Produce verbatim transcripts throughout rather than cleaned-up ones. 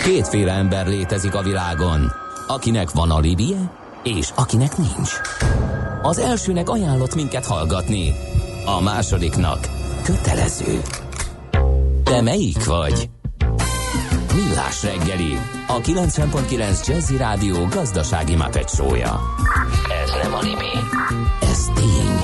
Kétféle ember létezik a világon, akinek van alibije, és akinek nincs. Az elsőnek ajánlott minket hallgatni, a másodiknak kötelező. Te melyik vagy? Millás reggeli, a kilencven pont kilenc Jazzy Rádió gazdasági Muppet show-ja. Ez nem anime, ez tény.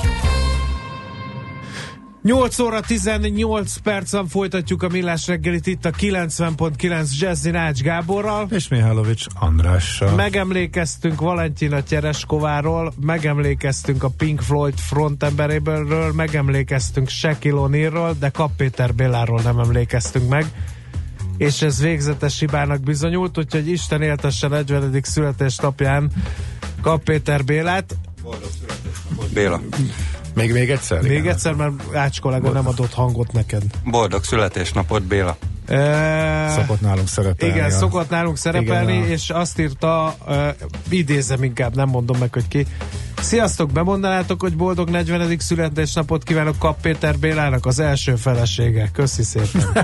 nyolc óra tizennyolc percen folytatjuk a Millás reggelit itt a kilencven pont kilenc Jazzy Rács Gáborral. És Mihálovics Andrással. Megemlékeztünk Valentina Tereskováról, megemlékeztünk a Pink Floyd frontemberéből, megemlékeztünk Shaquille O'Nealról, de Kapp Péter Béláról nem emlékeztünk meg. És ez végzetes hibának bizonyult, úgyhogy Isten éltesse negyvenedik születésnapján Kapp Péter Bélát. Boldog születésnapot, Béla. Még, még egyszer? Még igen. egyszer, mert Ács kollega nem adott hangot neked. Boldog születésnapot, Béla. E... Szokott nálunk szerepelni. Igen, a... szokott nálunk szerepelni, igen, a... és azt írta, uh, idézem inkább, nem mondom meg, hogy ki. Sziasztok, bemondanátok, hogy boldog negyvenedik születésnapot kívánok Kapp Péter Bélának, az első felesége. Köszi szépen.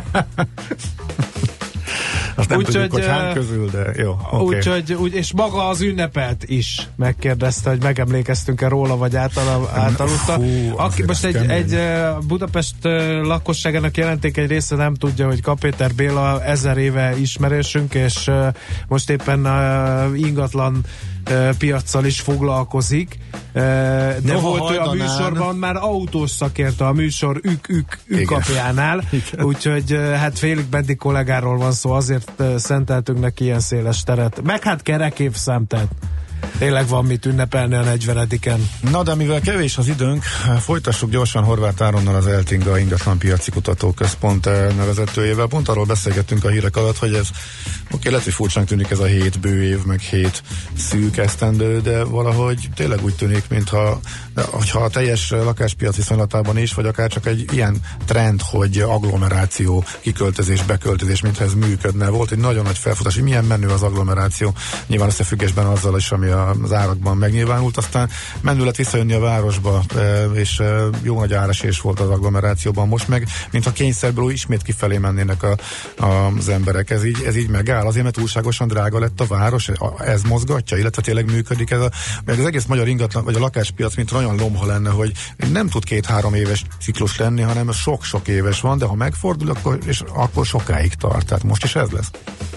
Azt nem úgy, tudjuk, hogy, hogy hány közül, de jó. Okay. Úgyhogy, úgy, és maga az ünnepelt is megkérdezte, hogy megemlékeztünk-e róla, vagy által, általutta. Fú, Aki, most egy, egy Budapest lakosságának jelenték egy része nem tudja, hogy Kapp Péter Béla ezer éve ismerősünk, és most éppen ingatlan piaccal is foglalkozik, de no, volt ő a műsorban már autós szakértő a műsor ük, ük, ük apjánál, úgyhogy hát félig meddig kollégáról van szó, azért szenteltünk neki ilyen széles teret. Meg hát kerek évszám, tehát tényleg van mit ünnepelni a negyvenediken. Na, de mivel kevés az időnk, folytassuk gyorsan Horváth Áronnal, az Eltinga Ingatlanpiaci Kutatóközpont nevezetőjével. Pont arról beszélgettünk a hírek alatt, hogy ez oké, lehet, hogy furcsán tűnik ez a hét bő év, meg hét szűk esztendő, de valahogy tényleg úgy tűnik, mintha hogyha a teljes lakáspiac viszonylatában is, vagy akár csak egy ilyen trend, hogy agglomeráció, kiköltözés, beköltözés, mintha ez működne. Volt egy nagyon nagy felfutás, hogy milyen menő az agglomeráció, nyilván összefüggésben azzal is, ami az árakban megnyilvánult, aztán menő lett visszajönni a városba, és jó nagy áresés volt az agglomerációban, most meg, mintha kényszerből ismét kifelé mennének a, a, az emberek. Ez így, ez így megáll, azért, mert túlságosan drága lett a város, ez mozgatja, illetve tényleg működik ez a, meg az egész magyar ingatlan, vagy a lakáspiac, mint olyan lomha lenne, hogy nem tud két-három éves ciklus lenni, hanem sok-sok éves van, de ha megfordul, akkor, és akkor sokáig tart. Tehát most is ez lesz.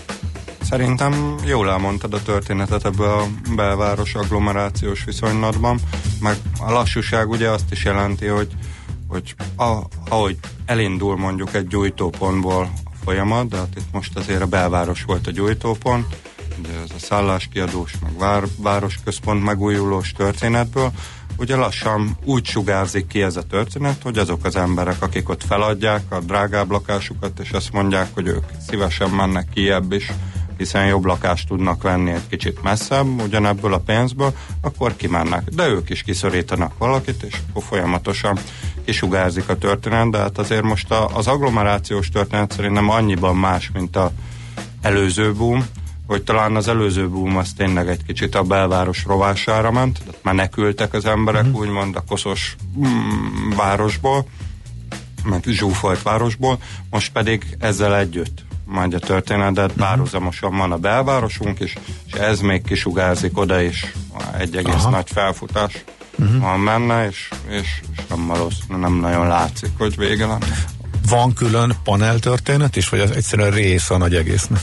Szerintem jól elmondtad a történetet ebből a belváros agglomerációs viszonylatban, meg a lassúság ugye azt is jelenti, hogy, hogy a, ahogy elindul mondjuk egy gyújtópontból a folyamat, de hát itt most azért a belváros volt a gyújtópont, ugye ez a szálláskiadós, meg vár, városközpont megújulós történetből, ugye lassan úgy sugárzik ki ez a történet, hogy azok az emberek, akik ott feladják a drágább lakásukat, és azt mondják, hogy ők szívesen mennek kijebb is, hiszen jobb lakást tudnak venni egy kicsit messzebb, ugyanebből a pénzből, akkor kimennek. De ők is kiszorítanak valakit, és akkor folyamatosan kisugárzik a történet, de hát azért most a, az agglomerációs történet szerintem annyiban más, mint az előző boom, hogy talán az előző boom az tényleg egy kicsit a belváros rovására ment, tehát menekültek az emberek, mm. úgymond a koszos mm, városból, meg zsúfolt városból, most pedig ezzel együtt majd a történetet, uh-huh. párhuzamosan van a belvárosunk is, és ez még kisugárzik oda is, egy egész Aha. nagy felfutás uh-huh. van benne, és, és, és nem valószínű, nem nagyon látszik, hogy vége van. Van külön paneltörténet is, vagy az egyszerűen rész a nagy egésznek?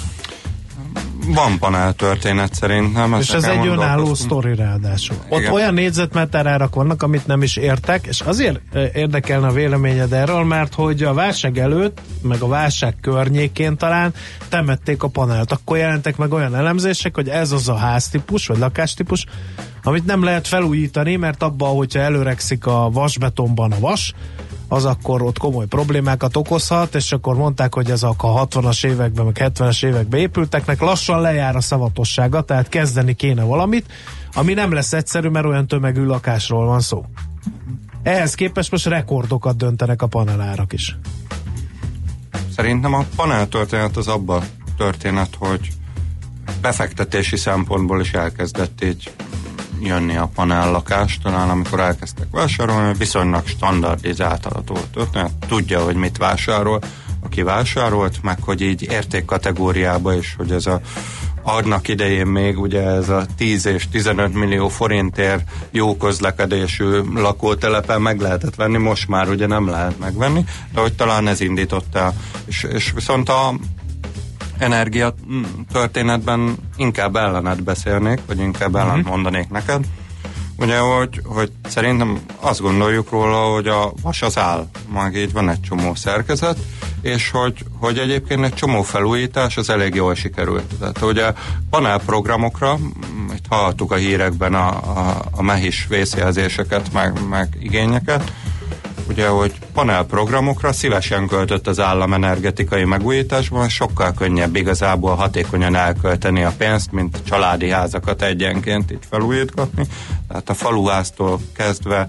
Van panel történet szerintem. És ez egy önálló sztori ráadásul. Ott igen. olyan négyzetméterárak vannak, amit nem is értek, és azért érdekelne a véleményed erről, mert hogy a válság előtt, meg a válság környékén talán temették a panelt. Akkor jelentek meg olyan elemzések, hogy ez az a háztípus, vagy lakástípus, amit nem lehet felújítani, mert abban, hogyha előregszik a vasbetonban a vas, az akkor ott komoly problémákat okozhat, és akkor mondták, hogy ezek a hatvanas években, meg hetvenes években épülteknek lassan lejár a szavatossága, tehát kezdeni kéne valamit, ami nem lesz egyszerű, mert olyan tömegű lakásról van szó. Ehhez képest most rekordokat döntenek a panelárak is. Szerintem a panel történet az abban történet, hogy befektetési szempontból is elkezdett így jönni a panellakás, talán amikor elkezdtek vásárolni, viszonylag standardizált a történet, tudja, hogy mit vásárol, a aki vásárolt, meg hogy így értékkategóriába is, hogy ez a annak idején még ugye ez a tíz és tizenöt millió forintért jó közlekedésű lakótelepen meg lehetett venni, most már ugye nem lehet megvenni, de hogy talán ez indította, és, és viszont a energia történetben inkább ellenet beszélnék, vagy inkább ellent uh-huh. mondanék neked. Ugye, hogy, hogy szerintem azt gondoljuk róla, hogy a vas az áll, meg így van egy csomó szerkezet, és hogy, hogy egyébként egy csomó felújítás az elég jól sikerült. Tehát ugye panelprogramokra, itt hallottuk a hírekben a, a, a mehis vészjelzéseket, meg, meg igényeket, ugye, hogy panelprogramokra szívesen költött az állam energetikai megújításban, sokkal könnyebb igazából hatékonyan elkölteni a pénzt, mint családi házakat egyenként így felújítgatni. Tehát a faluháztól kezdve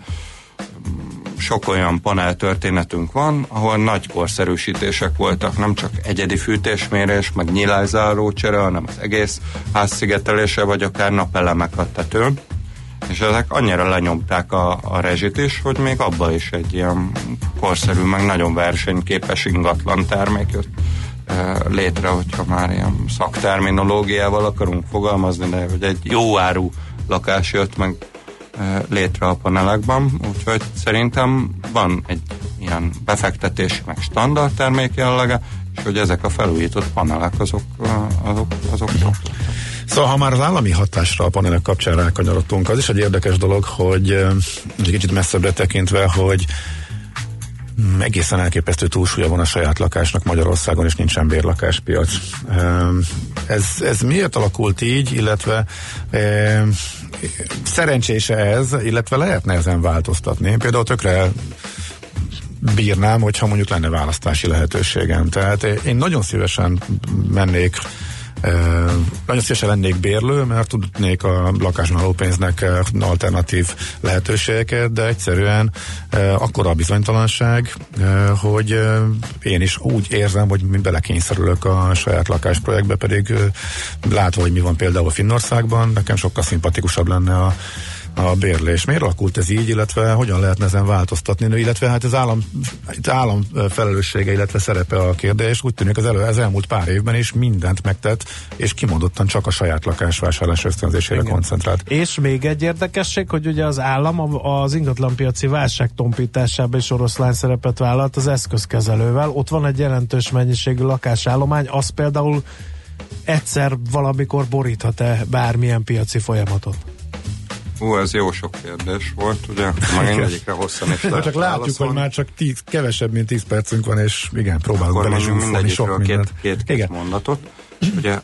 sok olyan panel történetünk van, ahol nagy korszerűsítések voltak, nem csak egyedi fűtésmérés, meg nyílászáró csere, hanem az egész ház szigetelése, vagy akár napelemek a tetőn. És ezek annyira lenyomták a, a rezsit is, hogy még abban is egy ilyen korszerű, meg nagyon versenyképes ingatlan termék jött e, létre, hogyha már ilyen szakterminológiával akarunk fogalmazni, de hogy egy jó áru lakás jött meg e, létre a panelekben, úgyhogy szerintem van egy ilyen befektetési, meg standard termék jellege, és hogy ezek a felújított panelek azok, azok, azok jók. Szóval, ha már az állami hatásra a panelek kapcsán rákanyarodtunk, az is egy érdekes dolog, hogy egy kicsit messzebbre tekintve, hogy egészen elképesztő túlsúlya van a saját lakásnak Magyarországon, és nincsen bérlakáspiac. Ez, ez miért alakult így, illetve e, szerencsése ez, illetve lehetne ezen változtatni? Én például tökre bírnám, hogyha mondjuk lenne választási lehetőségem. Tehát én nagyon szívesen mennék Uh, nagyon szívesen lennék bérlő, mert tudnék a lakásban való pénznek uh, alternatív lehetőségeket, de egyszerűen uh, akkora a bizonytalanság, uh, hogy uh, én is úgy érzem, hogy belekényszerülök a saját lakásprojektbe, pedig uh, látva, hogy mi van például Finnországban, nekem sokkal szimpatikusabb lenne a a bérlés. Miért alakult ez így, illetve hogyan lehetne ezen változtatni, illetve hát az állam, állam felelőssége, illetve szerepe a kérdés. Úgy tűnik az, elő, az elmúlt pár évben is mindent megtett, és kimondottan csak a saját lakásvásárlás ösztönzésére igen. koncentrált. És még egy érdekesség, hogy ugye az állam az ingatlanpiaci válság tompításában is oroszlán szerepet vállalt az eszközkezelővel. Ott van egy jelentős mennyiségű lakásállomány, az például egyszer valamikor boríthat-e bármilyen piaci folyamatot? Ú, ez jó sok kérdés volt, ugye? Meg mindegyikre hosszan is lehet. Csak látjuk, válaszolni. hogy már csak tíz, kevesebb, mint tíz percünk van, és igen, próbálunk belezsúfolni sok mindent. Két, két, két mondatot. Ugye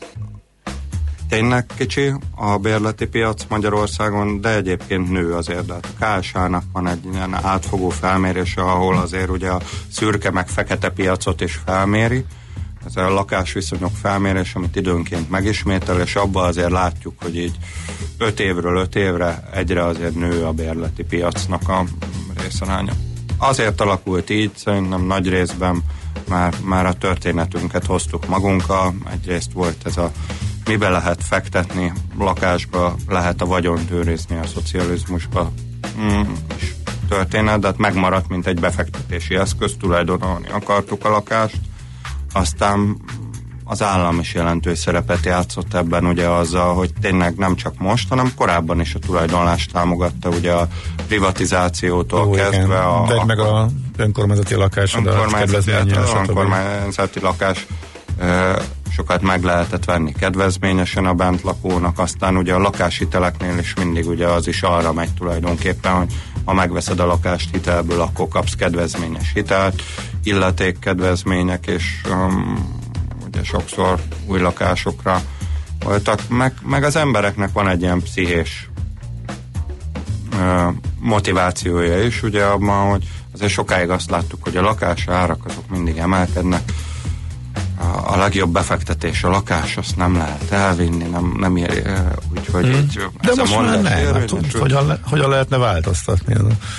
tényleg kicsi a bérleti piac Magyarországon, de egyébként nő azért. De a ká es á-nak van egy ilyen átfogó felmérése, ahol azért ugye a szürke meg fekete piacot is felméri. Ez a lakásviszonyok felmérés, amit időnként megismétel, és abban azért látjuk, hogy így öt évről öt évre egyre azért nő a bérleti piacnak a részaránya. Azért alakult így, szerintem nagy részben már, már a történetünket hoztuk magunkkal. Egyrészt volt ez a mibe lehet fektetni, lakásba lehet a vagyont őrizni a szocializmusba mm, és történet, de hát megmaradt, mint egy befektetési eszköz, tulajdonolni akartuk a lakást. Aztán az állam is jelentős szerepet játszott ebben, ugye azzal, hogy tényleg nem csak most, hanem korábban is a tulajdonlást támogatta, ugye a privatizációtól Ó, kezdve a... De meg a önkormányzati lakás, önkormányzati, önkormányzati lakás e, sokat meg lehetett venni kedvezményesen a bentlakónak, aztán ugye a lakáshiteleknél is mindig ugye az is arra megy tulajdonképpen, hogy ha megveszed a lakást hitelből, akkor kapsz kedvezményes hitelt, illetékkedvezmények, és um, ugye sokszor új lakásokra voltak, meg, meg az embereknek van egy ilyen pszichés uh, motivációja is, ugye abban, hogy azért sokáig azt láttuk, hogy a lakás árak azok mindig emelkednek, a, a legjobb befektetés a lakás, azt nem lehet elvinni, nem, nem éri, úgyhogy hmm. így, de most már nem, hát, hogyan, le, hogyan lehetne változtatni?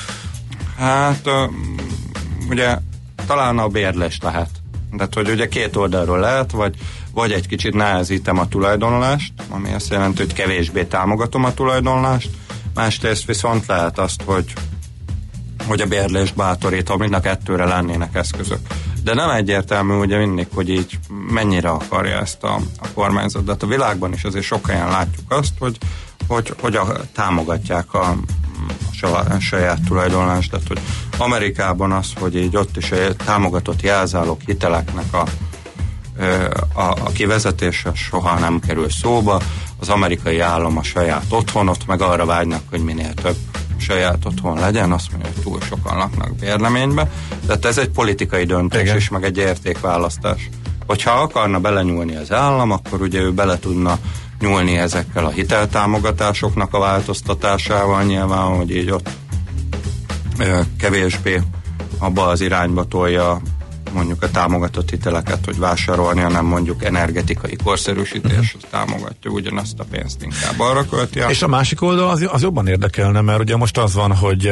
Hát ugye talán a bérlést lehet. Tehát, hogy ugye két oldalról lehet, vagy, vagy egy kicsit nehezítem a tulajdonlást, ami azt jelenti, hogy kevésbé támogatom a tulajdonlást, másrészt viszont lehet azt, hogy, hogy a bérlést bátorítom, mind a kettőre lennének eszközök. De nem egyértelmű ugye mindig, hogy így mennyire akarja ezt a, a kormányzat. De hát a világban is azért sok helyen látjuk azt, hogy, hogy, hogy a, támogatják a, a saját tulajdonlást. Tehát, hogy Amerikában az, hogy így ott is a támogatott jelzálók hiteleknek a, a, a kivezetése soha nem kerül szóba. Az amerikai állam a saját otthonot, meg arra vágynak, hogy minél több saját otthon legyen, azt mondja, hogy túl sokan laknak bérleménybe. Tehát ez egy politikai döntés, igen, és meg egy értékválasztás. Hogyha akarna belenyúlni az állam, akkor ugye ő bele tudna nyúlni ezekkel a hiteltámogatásoknak a változtatásával, nyilván, hogy így ott ö, kevésbé abba az irányba tolja mondjuk a támogatott hiteleket, hogy vásárolni, hanem mondjuk energetikai korszerűsítés, uh-huh. az támogatja ugyanazt a pénzt, inkább arra költi. És a másik oldal az, az jobban érdekelne, mert ugye most az van, hogy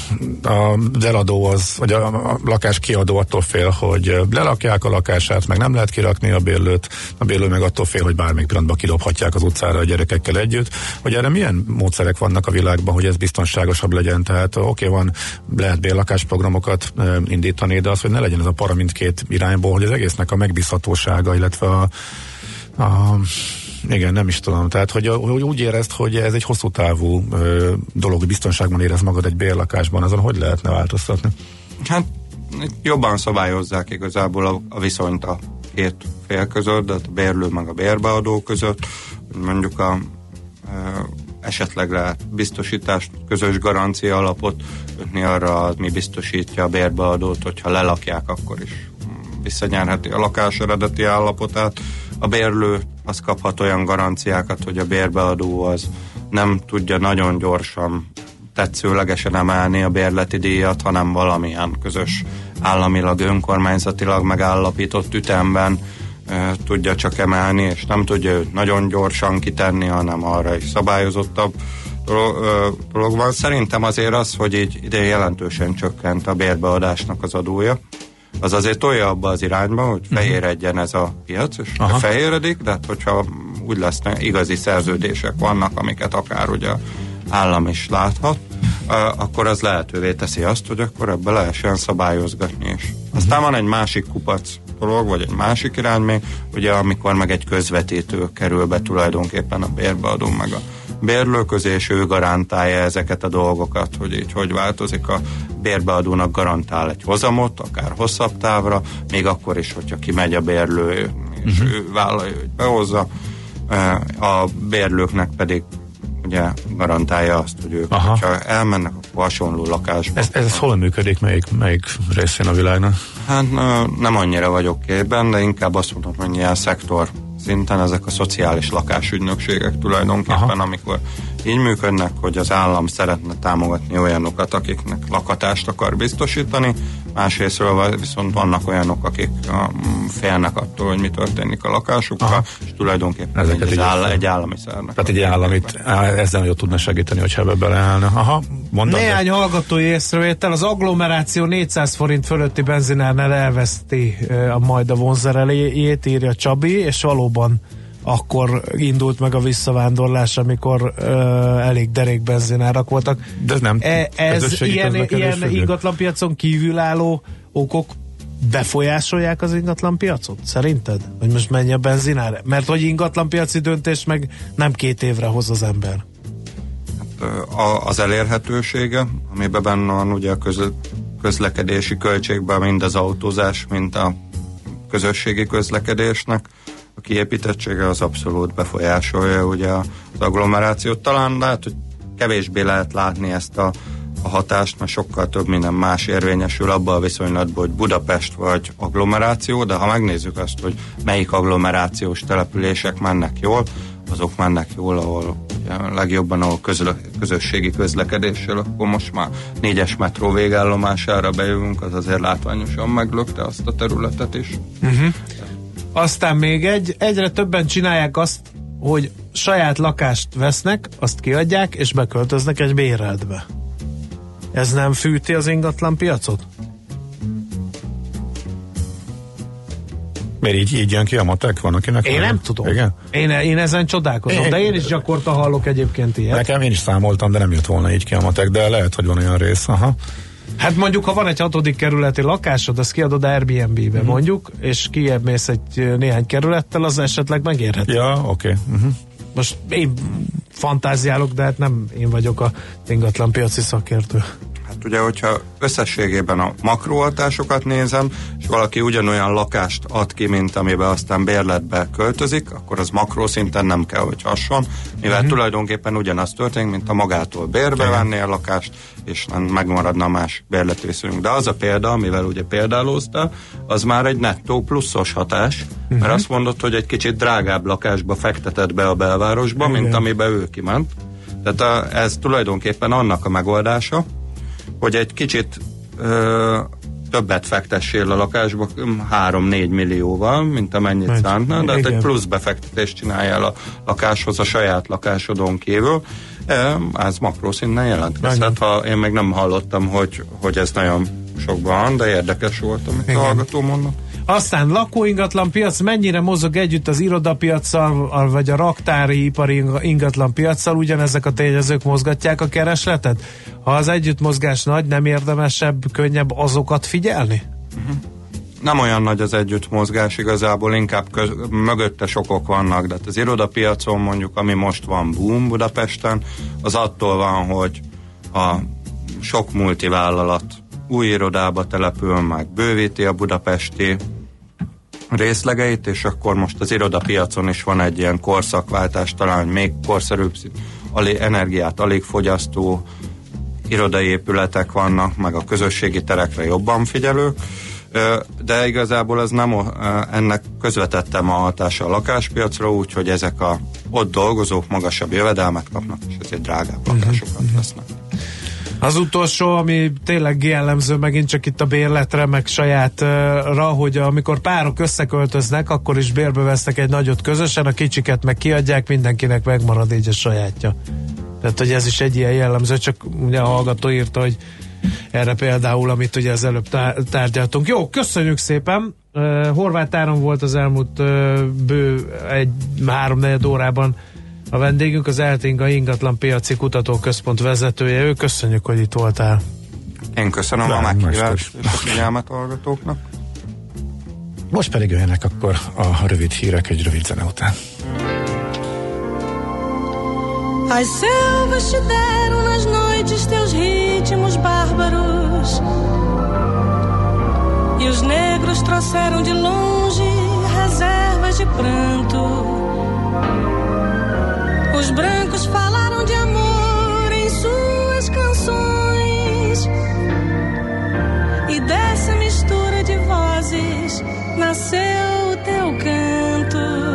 az eladó az, vagy a, a lakás kiadó attól fél, hogy lelakják a lakását, meg nem lehet kirakni a bérlőt, a bérlő meg attól fél, hogy bármelyik pillanatban kidobhatják az utcára a gyerekekkel együtt, hogy erre milyen módszerek vannak a világban, hogy ez biztonságosabb legyen, tehát oké, okay, van, lehet bérlakásprogramokat indítani, de az, hogy ne legyen ez a para mindkét irányból, hogy az egésznek a megbízhatósága, illetve a, a igen, nem is tudom, tehát hogy, hogy úgy érezd, hogy ez egy hosszú távú ö, dolog, hogy biztonságban érez magad egy bérlakásban, azon hogy lehetne változtatni? Hát jobban szabályozzák igazából a, a viszonyt a két fél között, de a bérlő meg a bérbeadó között, mondjuk a ö, esetleg lehet biztosítást, közös garancia alapot kötni arra, mi biztosítja a bérbeadót, hogyha lelakják, akkor is visszanyerheti a lakás eredeti állapotát. A bérlő az kaphat olyan garanciákat, hogy a bérbeadó az nem tudja nagyon gyorsan tetszőlegesen emelni a bérleti díjat, hanem valamilyen közös államilag, önkormányzatilag megállapított ütemben e, tudja csak emelni, és nem tudja őt nagyon gyorsan kitenni, hanem arra is szabályozottabb dolog van. Szerintem azért az, hogy így ide jelentősen csökkent a bérbeadásnak az adója, az azért tolja abba az irányba, hogy fehéredjen ez a piac, és aha. fehéredik, de hát, hogyha úgy lesznek, igazi szerződések vannak, amiket akár ugye állam is láthat, akkor az lehetővé teszi azt, hogy akkor ebbe lehessen szabályozgatni is. Aztán van egy másik kupac dolog, vagy egy másik irány még, ugye amikor meg egy közvetítő kerül be tulajdonképpen a bérbeadó meg a bérlő közé, és ő garantálja ezeket a dolgokat, hogy így hogy változik. A bérbeadónak garantál egy hozamot, akár hosszabb távra, még akkor is, hogyha kimegy a bérlő, és uh-huh. ő vállalja, hogy behozza. A bérlőknek pedig ugye garantálja azt, hogy ők, aha. hogyha elmennek, akkor hasonló lakásba. Ez, ez hol működik, melyik, melyik részén a világnak? Hát nem annyira vagyok képben, de inkább azt mondom, hogy ilyen szektor szinten ezek a szociális lakásügynökségek tulajdonképpen, aha. amikor így működnek, hogy az állam szeretne támogatni olyanokat, akiknek lakhatást akar biztosítani, másrésztről viszont vannak olyanok, akik félnek attól, hogy mi történik a lakásukkal, aha. és tulajdonképpen egy, egy, áll, egy állami szernek. Tehát egy államit ezzel nagyon tudna segíteni, hogyha ebbe beleállna. Aha, mondod. Néhány de... hallgatói észrevétel, az agglomeráció négyszáz forint fölötti benzinárnál elveszti uh, majd a vonzerejét, írja Csabi, és valóban akkor indult meg a visszavándorlás, amikor uh, elég derék benzinárak voltak. De ez nem e, ez ilyen, ilyen ingatlanpiacon kívülálló okok befolyásolják az ingatlanpiacot? Szerinted? Hogy most mennyi a benzinár? Mert hogy ingatlanpiaci döntés meg nem két évre hoz az ember. Hát, az elérhetősége, amiben benne van ugye a közl- közlekedési költségben mind az autózás, mint a közösségi közlekedésnek a kiépítettsége az abszolút befolyásolja ugye az agglomerációt. Talán lehet, hogy kevésbé lehet látni ezt a, a hatást, mert sokkal több minden más érvényesül abban a viszonylatban, hogy Budapest vagy agglomeráció, de ha megnézzük azt, hogy melyik agglomerációs települések mennek jól, azok mennek jól, ahol ugye, legjobban, ahol közle, közösségi közlekedéssel, akkor most már négyes metró végállomására bejövünk, az azért látványosan meglökte azt a területet is. Uh-huh. Aztán még egy, egyre többen csinálják azt, hogy saját lakást vesznek, azt kiadják, és beköltöznek egy béreltbe. Ez nem fűti az ingatlan piacot? Miért így, így jön ki a matek? Van akinek? Én nem tudom. Igen? Én, én ezen csodálkozom, én, de én is gyakorta hallok egyébként ilyet. Nekem én is számoltam, de nem jött volna így ki a matek, de lehet, hogy van olyan rész. Aha. Hát mondjuk, ha van egy hatodik kerületi lakásod, azt kiadod Airbnb-be uh-huh. mondjuk, és kijebb mész egy néhány kerülettel, az esetleg megérhet. Ja, oké. Okay. Uh-huh. Most én fantáziálok, de hát nem én vagyok a ingatlan piaci szakértő. Hát ugye, hogyha összességében a makróhatásokat nézem, és valaki ugyanolyan lakást ad ki, mint amiben aztán bérletbe költözik, akkor az makrószinten nem kell, hogy hasson, mivel uh-huh. tulajdonképpen ugyanaz történik, mint a magától bérbe vennél a lakást, és nem megmaradna más bérletvészünk. De az a példa, amivel ugye példálózta, az már egy nettó pluszos hatás, uh-huh. mert azt mondod, hogy egy kicsit drágább lakásba fekteted be a belvárosba, uh-huh. mint amiben ő kiment. Tehát a, ez tulajdonképpen annak a megoldása, hogy egy kicsit ö, többet fektessél a lakásba, három-négy millióval, mint amennyit Megy. szántna, de hát egy plusz befektetést csináljál a lakáshoz a saját lakásodon kívül. Ez makrószinten jelentkezhet. Ha én még nem hallottam, hogy, hogy ez nagyon sokban van, de érdekes volt, amit Igen. a hallgató mondott. Aztán lakóingatlan piac mennyire mozog együtt az irodapiacsal, vagy a raktári ipari ingatlan piacsal, ugyanezek a tényezők mozgatják a keresletet? Ha az együttmozgás nagy, nem érdemesebb, könnyebb azokat figyelni? Uh-huh. Nem olyan nagy az együttmozgás igazából, inkább köz, mögötte sokok vannak, de az irodapiacon mondjuk, ami most van boom Budapesten, az attól van, hogy a sok multivállalat új irodába települ, meg bővíti a budapesti részlegeit, és akkor most az irodapiacon is van egy ilyen korszakváltás, talán még korszerűbb, alig, energiát alig fogyasztó irodai épületek vannak, meg a közösségi terekre jobban figyelők, de igazából ez nem ennek közvetettem a hatása a lakáspiacra, úgyhogy ezek a ott dolgozók magasabb jövedelmet kapnak, és ezért drágább lakásokat vesznek. Az utolsó, ami tényleg jellemző megint csak itt a bérletre, meg sajátra, hogy amikor párok összeköltöznek, akkor is bérbe vesznek egy nagyot közösen, a kicsiket meg kiadják, mindenkinek megmarad így a sajátja. Tehát, hogy ez is egy ilyen jellemző, csak ugye a hallgató írta, hogy erre például, amit ugye az előbb tárgyaltunk. Jó, köszönjük szépen! Uh, Horváth Áron volt az elmúlt uh, bő egy háromnegyed órában a vendégünk, az Eltinga Ingatlan Piaci Kutatóközpont vezetője. Ő, köszönjük, hogy itt voltál. Én köszönöm De, a meghívást és a figyelmet hallgatóknak. Most pedig jöjjenek akkor a rövid hírek egy rövid zene után. As selvas te deram nas noites teus ritmos bárbaros, e os negros trouxeram de longe reservas de pranto. Os brancos falaram de amor em suas canções, e dessa mistura de vozes nasceu o teu canto.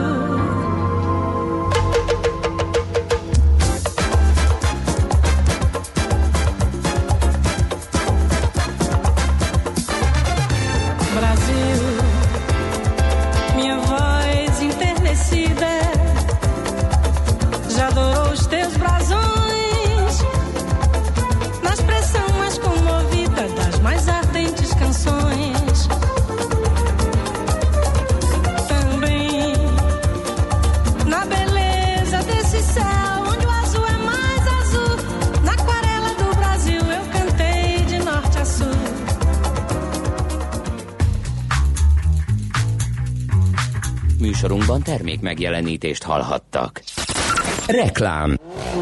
Műsorunkban termék megjelenítést hallhattak. Reklám.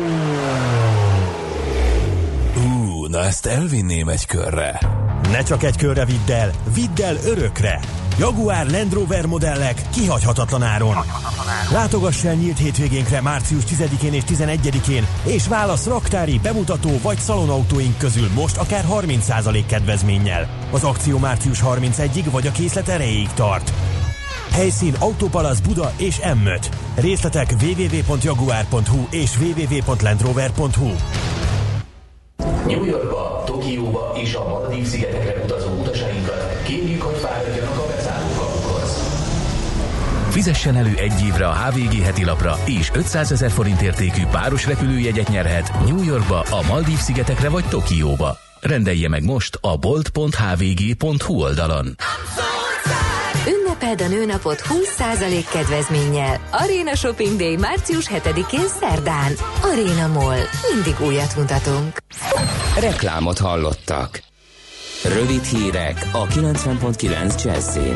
Ú, na ezt elvinném egy körre. Ne csak egy körre vidd el, vidd el örökre. Jaguar Land Rover modellek kihagyhatatlan áron. Látogass el nyílt hétvégénkre március tizedikén és tizenegyedikén, és válasz raktári, bemutató vagy szalonautóink közül most akár harminc százalék kedvezménnyel. Az akció március harmincegyedikéig vagy a készlet erejéig tart. Helyszín Autópalasz Buda és M öt. Részletek double-u double-u double-u pont jaguar pont hu és double-u double-u double-u pont land rover pont hu. New Yorkba, Tokióba és a Maldív-szigetekre utazó utasainkat kérjük, hogy fáradjanak a beszállókapukhoz. Fizessen elő egy évre a há vé gé heti lapra, és ötszázezer forint értékű páros repülőjegyet nyerhet New Yorkba, a Maldív-szigetekre vagy Tokióba. Rendelje meg most a bolt pont h v g pont hu oldalon. Ünnepeld a nőnapot húsz százalék kedvezménnyel. Arena Shopping Day március hetedikén szerdán. Arena Mall. Mindig újat mutatunk. Reklámot hallottak. Rövid hírek a kilencven pont kilenc Jazzyn.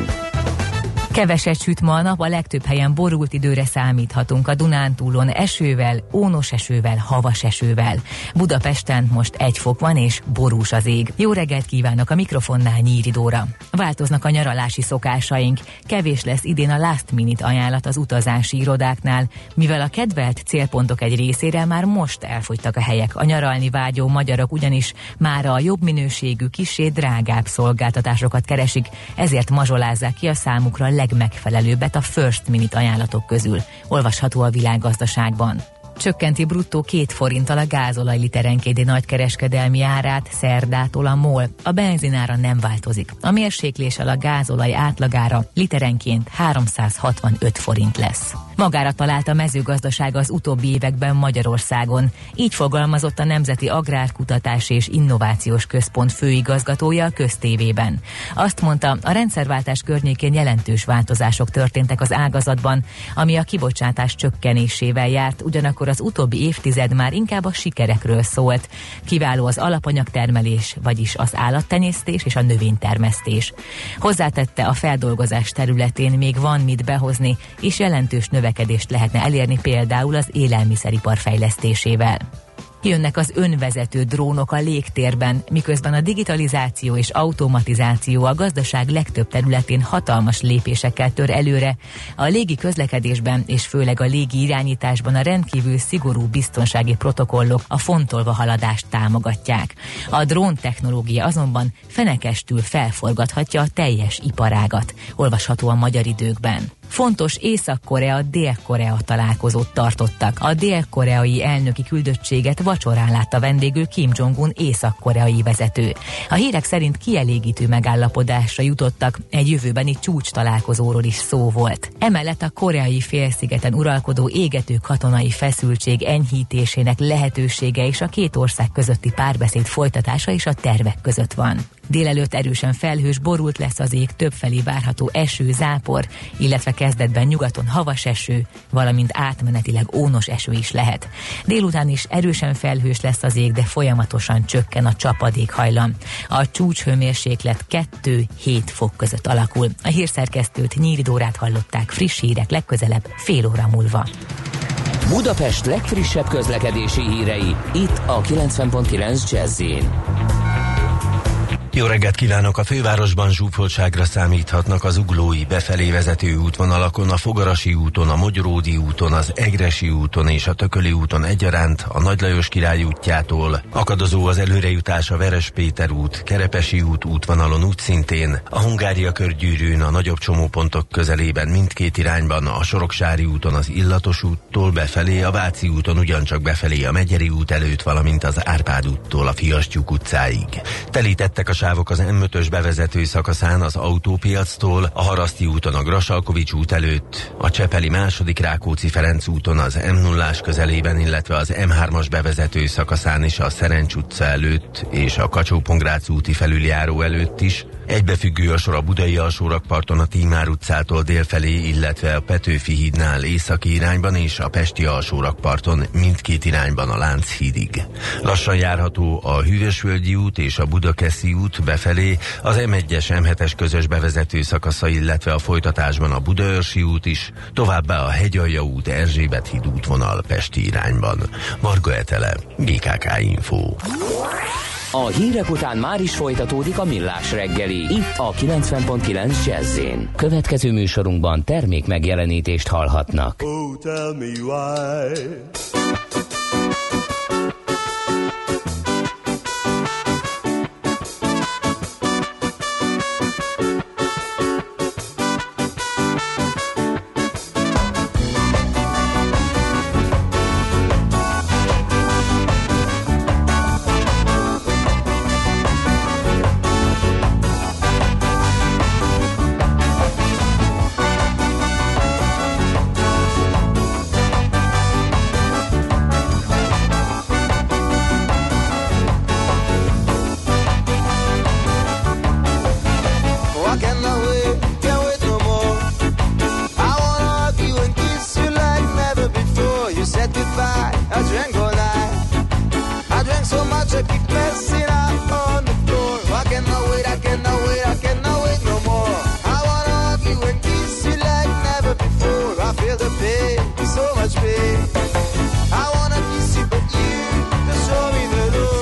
Keveset süt ma a nap, a legtöbb helyen borult időre számíthatunk. A Dunántúlon esővel, ónos esővel, havas esővel. Budapesten most egy fok van és borús az ég. Jó reggelt kívánok, a mikrofonnál Nyíri Dóra. Változnak a nyaralási szokásaink. Kevés lesz idén a last minute ajánlat az utazási irodáknál, mivel a kedvelt célpontok egy részére már most elfogytak a helyek. A nyaralni vágyó magyarok ugyanis már a jobb minőségű, kissé drágább szolgáltatásokat keresik, ezért mazsolázzák ki a számukra leg megfelelőbbet a first minute ajánlatok közül. Olvasható a Világgazdaságban. Csökkenti bruttó két forinttal a gázolaj literenkénti nagykereskedelmi árát szerdától a MOL. A benzinára nem változik. A mérsékléssel a gázolaj átlagára literenként háromszázhatvanöt forint lesz. Magára talált a mezőgazdaság az utóbbi években Magyarországon. Így fogalmazott a Nemzeti Agrárkutatás és Innovációs Központ főigazgatója a Köztévében. Azt mondta, a rendszerváltás környékén jelentős változások történtek az ágazatban, ami a kibocsátás csökkenésével járt, ugyanakkor az utóbbi évtized már inkább a sikerekről szólt. Kiváló az alapanyagtermelés, vagyis az állattenyésztés és a növénytermesztés. Hozzátette, a feldolgozás területén még van mit behozni, és jelentős növekedést lehetne elérni például az élelmiszeripar fejlesztésével. Jönnek az önvezető drónok a légtérben, miközben a digitalizáció és automatizáció a gazdaság legtöbb területén hatalmas lépésekkel tör előre. A légi közlekedésben és főleg a légi irányításban a rendkívül szigorú biztonsági protokollok a fontolva haladást támogatják. A drón technológia azonban fenekestül felforgathatja a teljes iparágat. Olvasható a Magyar Időkben. Fontos Észak-Korea-Dél-Korea találkozót tartottak. A dél-koreai elnöki küldöttséget vacsorán látta vendégül Kim Jong-un észak-koreai vezető. A hírek szerint kielégítő megállapodásra jutottak, egy jövőbeni csúcs találkozóról is szó volt. Emellett a koreai félszigeten uralkodó égető katonai feszültség enyhítésének lehetősége és a két ország közötti párbeszéd folytatása is a tervek között van. Délelőtt erősen felhős, borult lesz az ég, többfelé várható eső, zápor, illetve kezdetben nyugaton havas eső, valamint átmenetileg ónos eső is lehet. Délután is erősen felhős lesz az ég, de folyamatosan csökken a csapadékhajlam. A csúcshőmérséklet kettő-hét fok között alakul. A hírszerkesztőt, Nyíri Dórát hallották, friss hírek legközelebb fél óra múlva. Budapest legfrissebb közlekedési hírei, itt a kilencven pont kilenc Jazzyn. Jó reggelt kívánok! A fővárosban zsúfoltságra számíthatnak az Uglói befelé vezető útvonalakon, a Fogarasi úton, a Mogyoródi úton, az Egressy úton és a Tököli úton egyaránt, a Nagy Lajos Király útjától. Akadozó az előrejutás a Veres Péter út, Kerepesi út útvonalon úgy szintén, a Hungária körgyűrűn, a nagyobb csomópontok közelében mindkét irányban, a Soroksári úton az Illatos úttól befelé, a Váci úton ugyancsak befelé a Megyeri út előtt, valamint az Árpád úttól a Fiastyúk utcáig. Telítettek a sávok az M ötös bevezető szakaszán az Autópiactól, a Haraszti úton a Grassalkovich út előtt, a Csepeli második Rákóczi-Ferenc úton az M nullás közelében, illetve az M hármas bevezető szakaszán is a Szerencs utca előtt és a Kacsó-Pongrác úti felüljáró előtt is. Egybefüggő a sor a Budai alsórakparton a Tímár utcától délfelé, illetve a Petőfi hídnál északi irányban és a Pesti alsórakparton mindkét irányban a Lánchídig. Lassan járható a Hűvösvölgyi út és a Budakeszi út befelé, az M egyes M hetes közös bevezető szakasza, illetve a folytatásban a Budaörsi út is, továbbá a Hegyalja út, Erzsébet híd útvonal Pesti irányban. Varga Etele, bé ká ká Info. A hírek után már is folytatódik a Millás reggeli, itt a kilencven pont kilenc Jazzyn. Következő műsorunkban termék megjelenítést hallhatnak. Oh, tell me why. much pain. I wanna kiss you, but you just show me the door.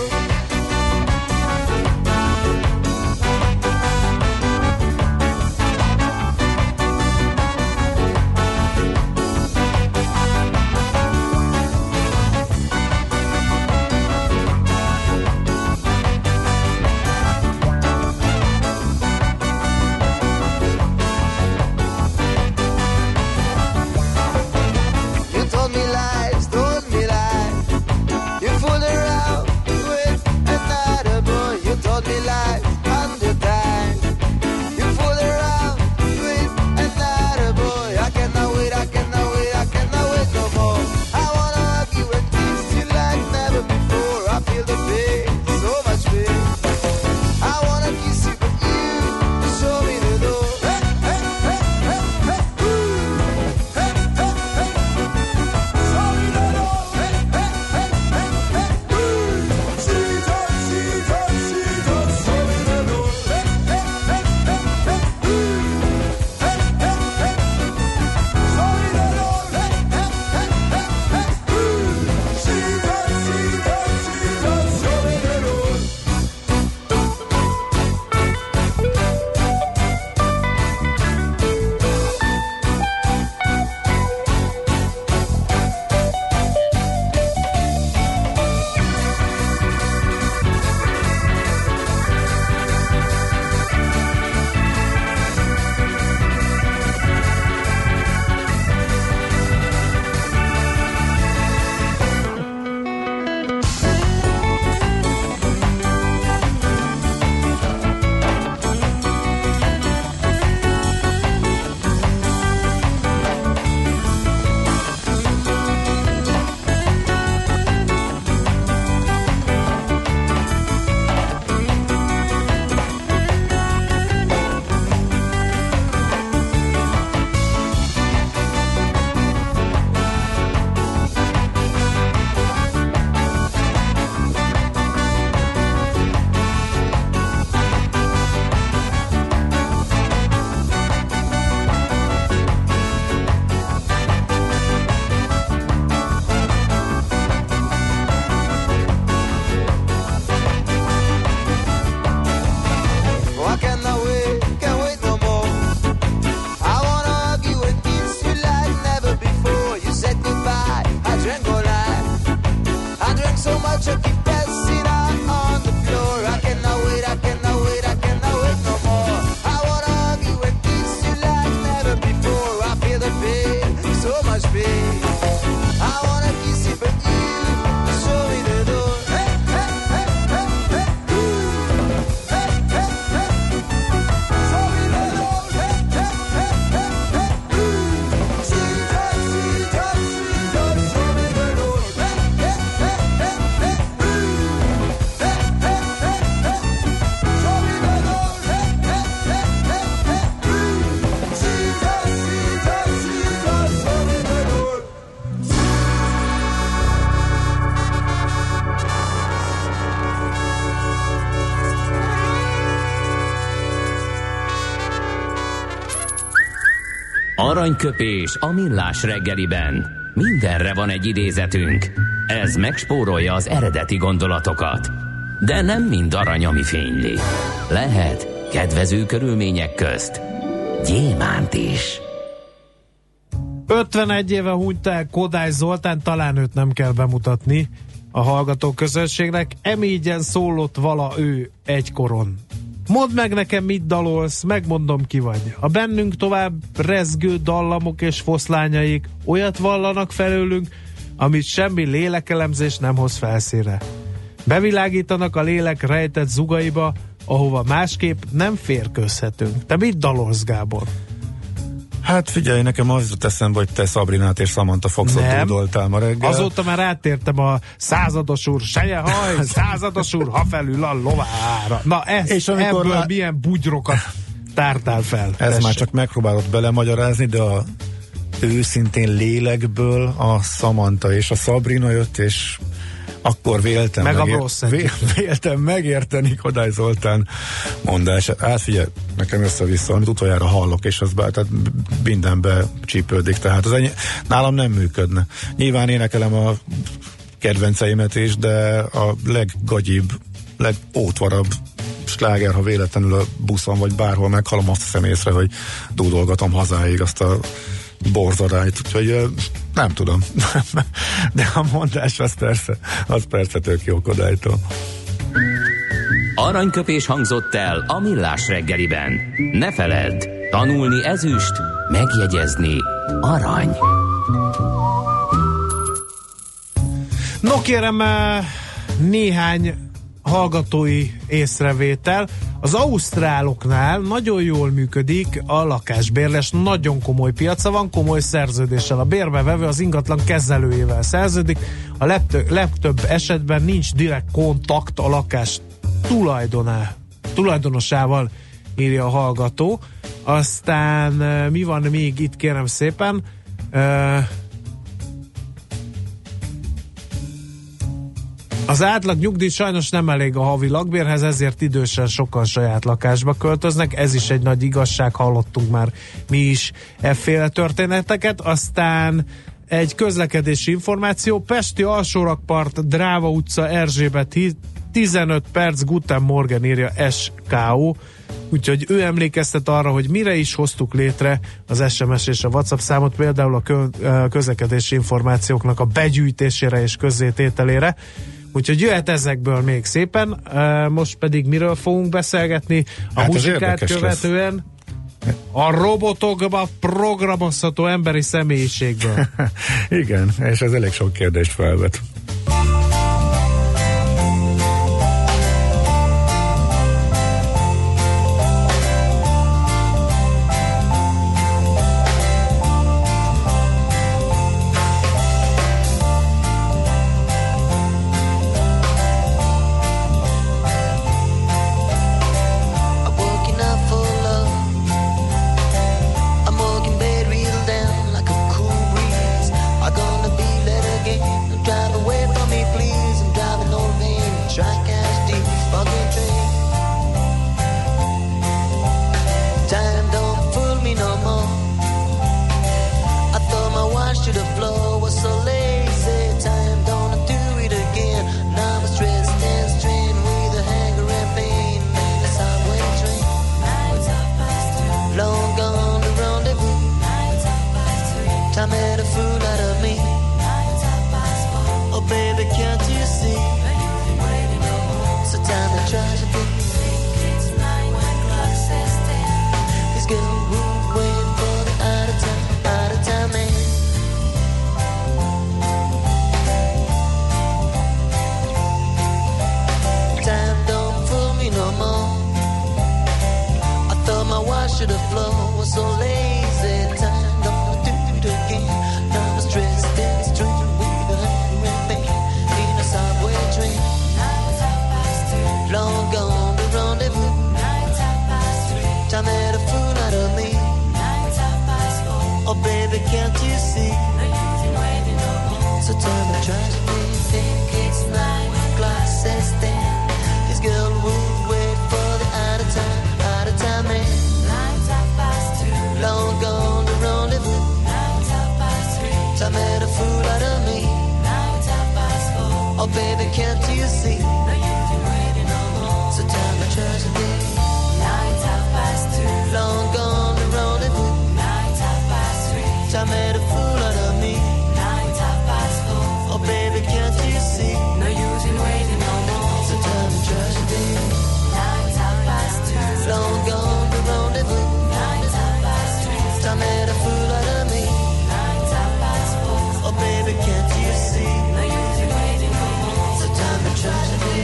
Aranyköpés a millás reggeliben. Mindenre van egy idézetünk. Ez megspórolja az eredeti gondolatokat. De nem mind arany, ami fényli. Lehet kedvező körülmények közt gyémánt is. ötvenegy éve hunyt el Kodály Zoltán, talán őt nem kell bemutatni a hallgató közönségnek. Emígyen szólott vala ő egykoron. Mondd meg nekem, mit dalolsz, megmondom, ki vagy. A bennünk tovább rezgő dallamok és foszlányaik olyat vallanak felőlünk, amit semmi lélekelemzés nem hoz felszínre. Bevilágítanak a lélek rejtett zugaiba, ahova másképp nem férkőzhetünk. Te mit dalolsz, Gábor? Hát figyelj, nekem az jut eszembe, hogy te Sabrinát és Samantha Foxot tudoltál ma reggel. Azóta már átértem a százados úr seje haj, százados úr, ha felül a lovára. Na ez, és ebből lá... milyen bugyrokat tártál fel. Ez tessék. Már csak megpróbálod belemagyarázni, de a őszintén lélekből a Samantha és a Sabrina jött, és akkor véltem, meg megér, a vé, véltem megérteni Kodály Zoltán mondását. Hát figyelj, nekem össze-vissza, amit utoljára hallok, és az bár, tehát mindenbe csípődik, tehát az ennyi, nálam nem működne. Nyilván énekelem a kedvenceimet is, de a leggagyibb, legótvarabb sláger, ha véletlenül a buszon vagy bárhol meghalom, azt hiszem észre, hogy dúdolgatom hazáig azt a borzadályt, úgyhogy nem tudom. De a mondás az persze, az persze tök jó Kodálytól. Aranyköpés hangzott el a Millás reggeliben. Ne feledd, tanulni ezüst, megjegyezni arany. No kérem, néhány hallgatói észrevétel. Az ausztráloknál nagyon jól működik a lakásbérlés, nagyon komoly piaca van, komoly szerződéssel. A bérbevevő az ingatlan kezelőjével szerződik, a legtöbb, legtöbb esetben nincs direkt kontakt a lakás tulajdoná, tulajdonosával, írja a hallgató. Aztán mi van még itt, kérem szépen? Az átlag nyugdíj sajnos nem elég a havi lakbérhez, ezért idősen sokan saját lakásba költöznek, ez is egy nagy igazság, hallottunk már mi is efféle történeteket. Aztán egy közlekedési információ, Pesti alsórakpart, Dráva utca, Erzsébet híd, tizenöt perc, Guten Morgen, írja es ká o, úgyhogy ő emlékeztet arra, hogy mire is hoztuk létre az es em es és a WhatsApp számot, például a közlekedési információknak a begyűjtésére és közzétételére. Úgyhogy jöhet ezekből még szépen. Most pedig miről fogunk beszélgetni? A hát muzsikát követően lesz. A robotokba programozható emberi személyiségből. Igen, és ez elég sok kérdést felvet. Tragedy.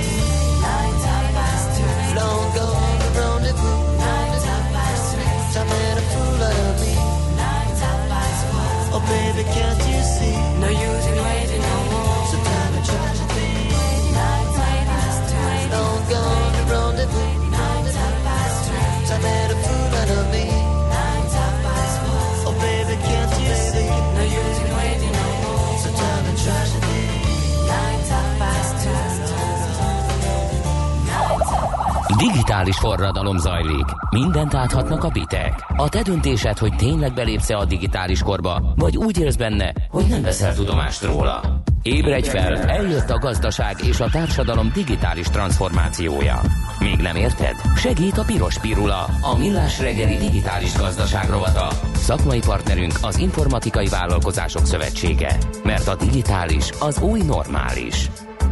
Digitális forradalom zajlik. Mindent áthatnak a bitek. A te döntésed, hogy tényleg belépsz-e a digitális korba, vagy úgy élsz benne, hogy nem veszel tudomást róla. Ébredj fel, eljött a gazdaság és a társadalom digitális transformációja. Még nem érted? Segít a Piros Pirula, a Millás reggeli digitális gazdaság rovata. Szakmai partnerünk az Informatikai Vállalkozások Szövetsége. Mert a digitális az új normális.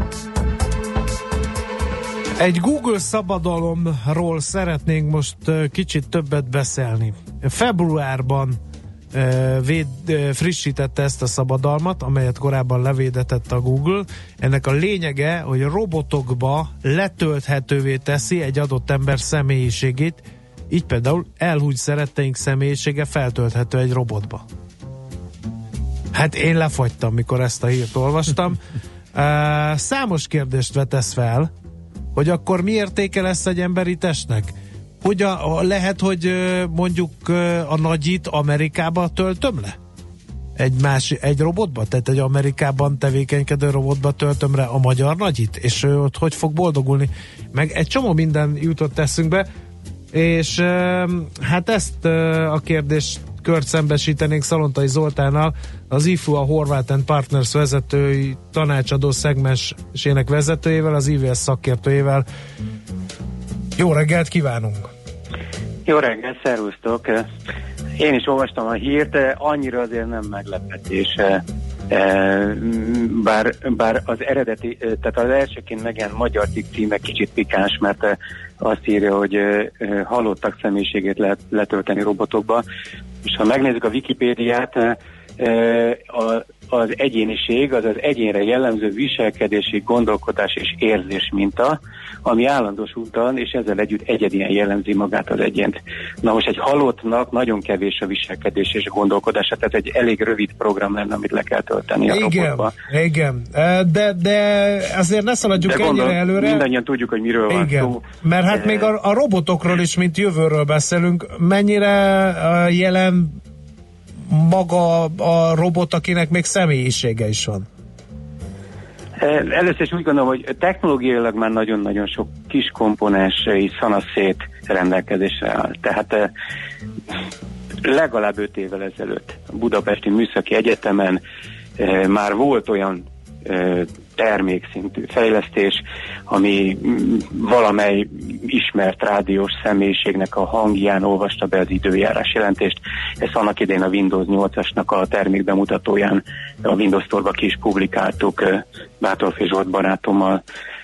Egy Google szabadalomról szeretnénk most kicsit többet beszélni. Februárban véd, frissítette ezt a szabadalmat, amelyet korábban levédetett a Google. Ennek a lényege, hogy robotokba letölthetővé teszi egy adott ember személyiségét, így például elhúgy szeretteink személyisége feltölthető egy robotba. Hát én lefagytam, mikor ezt a hírt olvastam. Számos kérdést vetesz fel, hogy akkor mi értéke lesz egy emberi testnek? Hogy a, lehet, hogy mondjuk a nagyit Amerikába töltöm le? Egy, más, egy robotba? Tehát egy Amerikában tevékenykedő robotba töltöm le a magyar nagyit? És ott hogy fog boldogulni? Meg egy csomó minden jutott eszünkbe, és hát ezt a kérdést kört szembesítenénk Szalontai Zoltánnal, az i ef u, a Horváth and Partners vezetői tanácsadó szegmensének vezetőjével, az i vé es szakértőjével. Jó reggelt kívánunk! Jó reggelt, szervusztok! Én is olvastam a hírt, annyira azért nem meglepetés. Bár, bár az eredeti, tehát az elsőként megjelent magyar cikk címe kicsit pikáns, mert azt írja, hogy halottak személyiségét lehet letölteni robotokba, és ha megnézzük a Wikipédiát, az egyéniség, az az egyénre jellemző viselkedési, gondolkodás és érzés minta, ami állandósultan és ezzel együtt egyedien jellemzi magát az egyént. Na most egy halottnak nagyon kevés a viselkedés és a gondolkodása, tehát egy elég rövid program lenne, amit le kell tölteni a igen, robotba. Igen, de, de azért ne szaladjunk de ennyire gondolom, előre. Mindannyian tudjuk, hogy miről van igen, szó. Mert hát e... még a, a robotokról is, mint jövőről beszélünk, mennyire uh, jelen maga a robot, akinek még személyisége is van? Először is úgy gondolom, hogy technológiailag már nagyon-nagyon sok kis komponens és szanaszét rendelkezésre áll. Tehát legalább öt évvel ezelőtt a Budapesti Műszaki Egyetemen már volt olyan termékszintű fejlesztés, ami valamely ismert rádiós személyiségnek a hangján olvasta be az időjárás jelentést. Ezt annak idején a Windows nyolcasnak a termékbemutatóján a Windows Store-ba ki is publikáltuk, Bátorfi Zsolt barátommal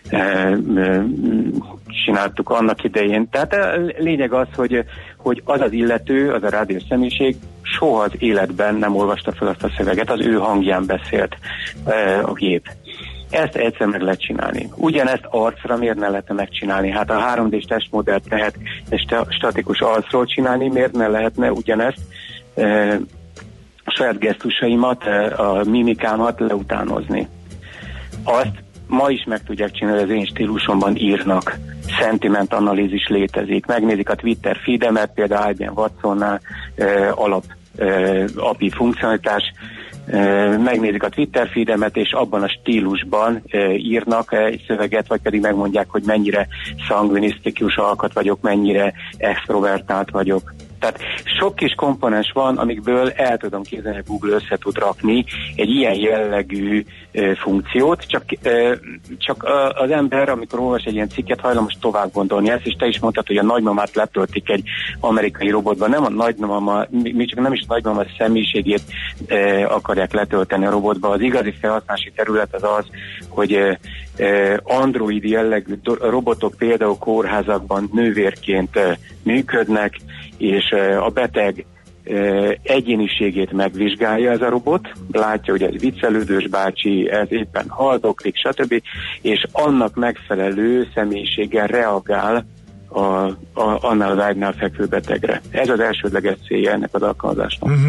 csináltuk annak idején. Tehát a lényeg az, hogy, hogy az az illető, az a rádiós személyiség soha az életben nem olvasta fel azt a szöveget, az ő hangján beszélt a gép. Ezt egyszer meg lehet csinálni. Ugyanezt arcra miért ne lehetne megcsinálni? Hát a három dés testmodellt lehet statikus arcról csinálni, miért ne lehetne ugyanezt e, a saját gesztusaimat, a mimikámat leutánozni? Azt ma is meg tudják csinálni, az én stílusomban írnak. Sentiment analízis létezik. Megnézik a Twitter feedemet, például I B M Watsonnál e, alap e, á pé i funkcionalitás, megnézik a Twitter feedemet, és abban a stílusban írnak egy szöveget, vagy pedig megmondják, hogy mennyire szangvinisztikus alkat vagyok, mennyire extrovertált vagyok. Tehát sok kis komponens van, amikből el tudom képzelni, hogy Google össze tud rakni egy ilyen jellegű e, funkciót, csak, e, csak az ember, amikor olvas egy ilyen cikket, hajlamos tovább gondolni ezt, és te is mondtad, hogy a nagymamát letöltik egy amerikai robotban. Nem a nagymama, mi csak nem is a nagymama személyiségét e, akarják letölteni a robotba. Az igazi felhasználási terület az az, hogy e, android jellegű robotok például kórházakban nővérként e, működnek, és a beteg egyéniségét megvizsgálja ez a robot, látja, hogy ez viccelődős bácsi, ez éppen haldoklik, stb. És annak megfelelő személyiséggel reagál a, a, annál az ágynál fekvő betegre. Ez az elsődleges célja ennek az alkalmazásnak. Uh-huh.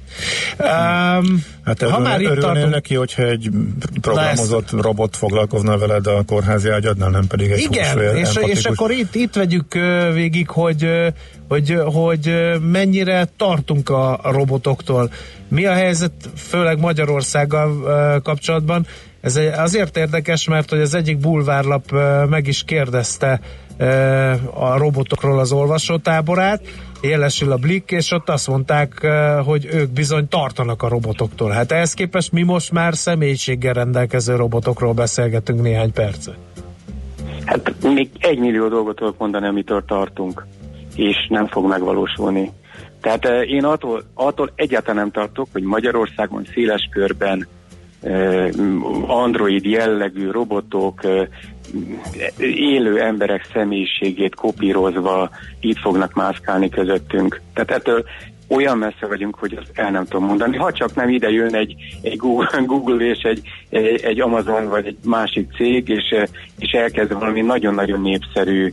Um, hát ha már itt tartunk, neki, hogyha egy programozott lesz. Robot foglalkozna veled a kórházi ágyadnál, nem pedig egy igen, húsvér, és, és akkor itt, itt vegyük végig, hogy, hogy, hogy mennyire tartunk a robotoktól. Mi a helyzet, főleg Magyarországgal kapcsolatban? Ez azért érdekes, mert hogy az egyik bulvárlap meg is kérdezte a robotokról az olvasótáborát, élesül a Blick, és ott azt mondták, hogy ők bizony tartanak a robotoktól. Hát ehhez képest mi most már személyiséggel rendelkező robotokról beszélgetünk néhány perce. Hát még egy millió dolgot tudok mondani, amitől tartunk, és nem fog megvalósulni. Tehát én attól, attól egyáltalán nem tartok, hogy Magyarországon széles körben android jellegű robotok élő emberek személyiségét kopírozva itt fognak mászkálni közöttünk. Tehát ettől olyan messze vagyunk, hogy azt el nem tudom mondani. Ha csak nem ide jön egy, egy Google, Google és egy, egy, egy Amazon vagy egy másik cég, és, és elkezd valami nagyon-nagyon népszerű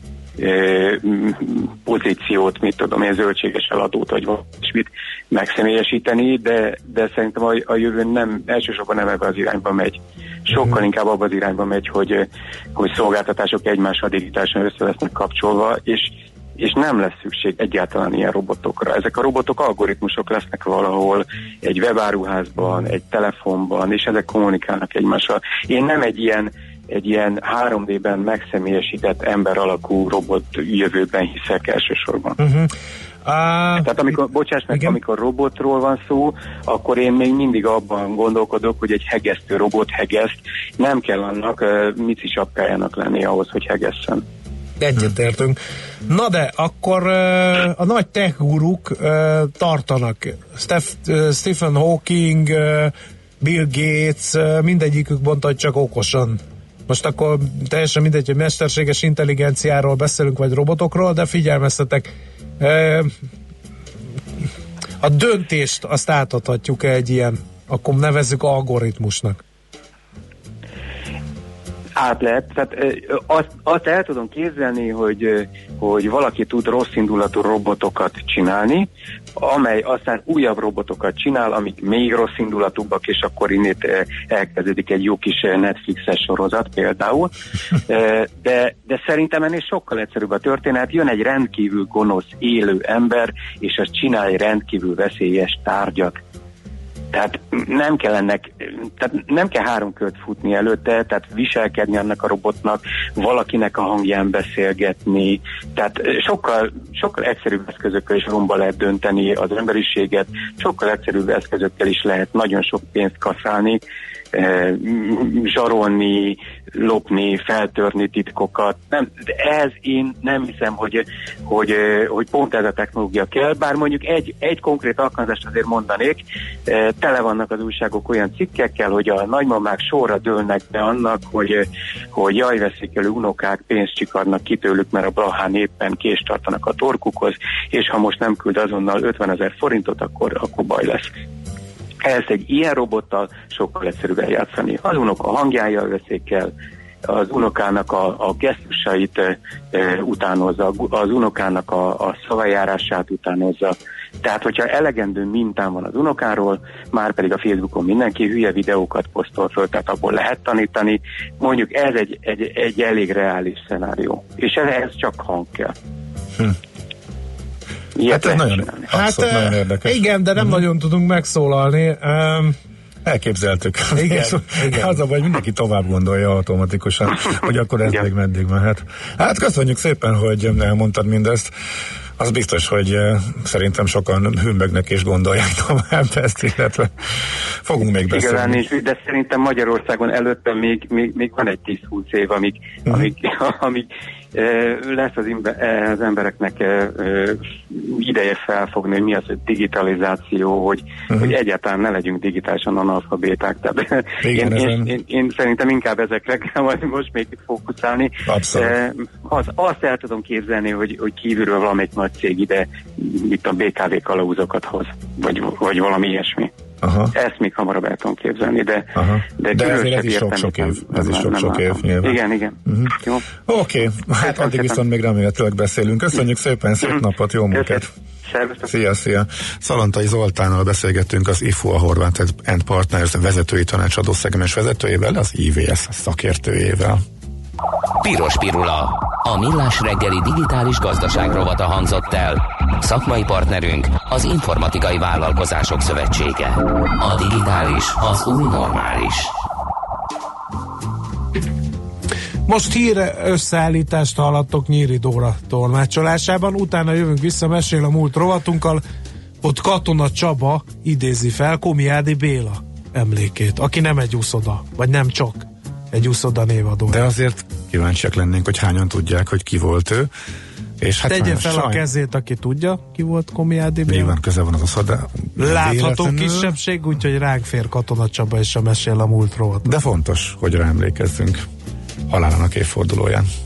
pozíciót, mit tudom én, zöldséges eladót, vagy valamit megszemélyesíteni, de, de szerintem a, a jövőn nem, elsősorban nem ebbe az irányba megy. Sokkal inkább abba az irányba megy, hogy, hogy szolgáltatások egymással digitálisan össze lesznek kapcsolva, és, és nem lesz szükség egyáltalán ilyen robotokra. Ezek a robotok algoritmusok lesznek valahol egy webáruházban, egy telefonban, és ezek kommunikálnak egymással. Én nem egy ilyen egy ilyen három dében megszemélyesített ember alakú robot jövőben hiszek elsősorban. Uh-huh. Uh, Tehát amikor, bocsáss meg, igen? amikor robotról van szó, akkor én még mindig abban gondolkodok, hogy egy hegesztő robot hegeszt, nem kell annak uh, mici sapkájának lenni ahhoz, hogy hegesszen. Egyetértünk. Na de, akkor uh, a nagy tech guruk uh, tartanak. Steph, uh, Stephen Hawking, uh, Bill Gates, uh, mindegyikük mondta, hogy csak okosan. Most akkor teljesen mindegy, hogy mesterséges intelligenciáról beszélünk, vagy robotokról, de figyelmeztetek, a döntést azt átadhatjuk egy ilyen, akkor nevezzük algoritmusnak. Át lehet, tehát azt, azt el tudom képzelni, hogy, hogy valaki tud rosszindulatú robotokat csinálni, amely aztán újabb robotokat csinál, amik még rosszindulatúbbak, és akkor innét elkezdődik egy jó kis Netflixes sorozat például. De, de szerintem ennél sokkal egyszerűbb a történet. Jön egy rendkívül gonosz élő ember, és az csinál egy rendkívül veszélyes tárgyat. Tehát nem kell ennek, tehát nem kell három kört futni előtte, tehát viselkedni annak a robotnak, valakinek a hangján beszélgetni, tehát sokkal, sokkal egyszerűbb eszközökkel is romba lehet dönteni az emberiséget, sokkal egyszerűbb eszközökkel is lehet nagyon sok pénzt kaszálni, zsarolni, lopni, feltörni titkokat. Nem, ez én nem hiszem, hogy, hogy, hogy pont ez a technológia kell, bár mondjuk egy, egy konkrét alkalmazást azért mondanék, tele vannak az újságok olyan cikkekkel, hogy a nagymamák sorra dőlnek be annak, hogy, hogy jaj, veszékelő unokák pénzt csikarnak ki tőlük, mert a Blahán éppen kést tartanak a torkukhoz, és ha most nem küld azonnal ötvenezer forintot, akkor, akkor baj lesz. Ez egy ilyen robottal sokkal egyszerűbb eljátszani. Az unoka hangjájal veszik el, az unokának a, a gesztusait e, e, utánozza, az unokának a, a szavajárását utánozza. Tehát, hogyha elegendő mintán van az unokáról, már pedig a Facebookon mindenki hülye videókat posztol föl, tehát abból lehet tanítani. Mondjuk ez egy, egy, egy elég reális szenárió. És ehhez csak hang kell. Hm. Hát ez nagyon, hát, nagyon érdekes. Igen, de nem mm. nagyon tudunk megszólalni. Um, Elképzeltük. Igen, igen. Az a baj, mindenki tovább gondolja automatikusan, hogy akkor ez még meddig mehet. Hát köszönjük szépen, hogy elmondtad mindezt. Az biztos, hogy uh, szerintem sokan hümbögnek és gondolják tovább ezt, illetve fogunk még beszélni. Igazán is, de szerintem Magyarországon előtte még, még, még van egy tíz-húsz év, amíg, uh-huh. amíg, amíg lesz az, imbe, az embereknek ideje felfogni, hogy mi az, hogy digitalizáció, hogy, uh-huh. hogy egyáltalán ne legyünk digitálisan analfabéták. Tehát én, én, én, én szerintem inkább ezekre kell majd most még fókuszálni. Abszolút. Az, azt el tudom képzelni, hogy, hogy kívülről valamelyik nagy cég ide itt a bé ká vé kalaúzokat hoz, vagy, vagy valami ilyesmi. Aha. Ezt még hamarabb el tudom képzelni, de de, de ez is sok-sok év. Ez is sok-sok év nyilván. Igen, igen. Uh-huh. Jó. Oké, okay. Hát addig viszont még remélhetőleg beszélünk. Köszönjük szépen, szép napot, jó munkát! Szia, szia! Szalantai Zoltánnal beszélgettünk, az i ef u, a Horváth and Partners vezetői tanácsadó szegmens vezetőjével, az i vé es szakértőjével. Piros Pirula. A millás reggeli digitális gazdaság rovata hangzott el. Szakmai partnerünk az Informatikai Vállalkozások Szövetsége. A digitális az új normális. Most híre összeállítást hallottok Nyíri Dóra tolmácsolásában, utána jövünk vissza, mesél a múlt rovatunkkal, ott Katona Csaba idézi fel Komjádi Béla emlékét, aki nem egy úszoda, vagy nem csak egy úszoda névadó. De azért kíváncsiak lennénk, hogy hányan tudják, hogy ki volt ő. És hát tegye fel sajn... a kezét, aki tudja, ki volt Komjádi Béla. Nyilván közel van az oszodá. Látható véletlenül... kisebbség, úgyhogy ránk fér Katona Csaba és a mesél a múlt rovat. De fontos, hogy rá emlékezzünk halálának évfordulóján.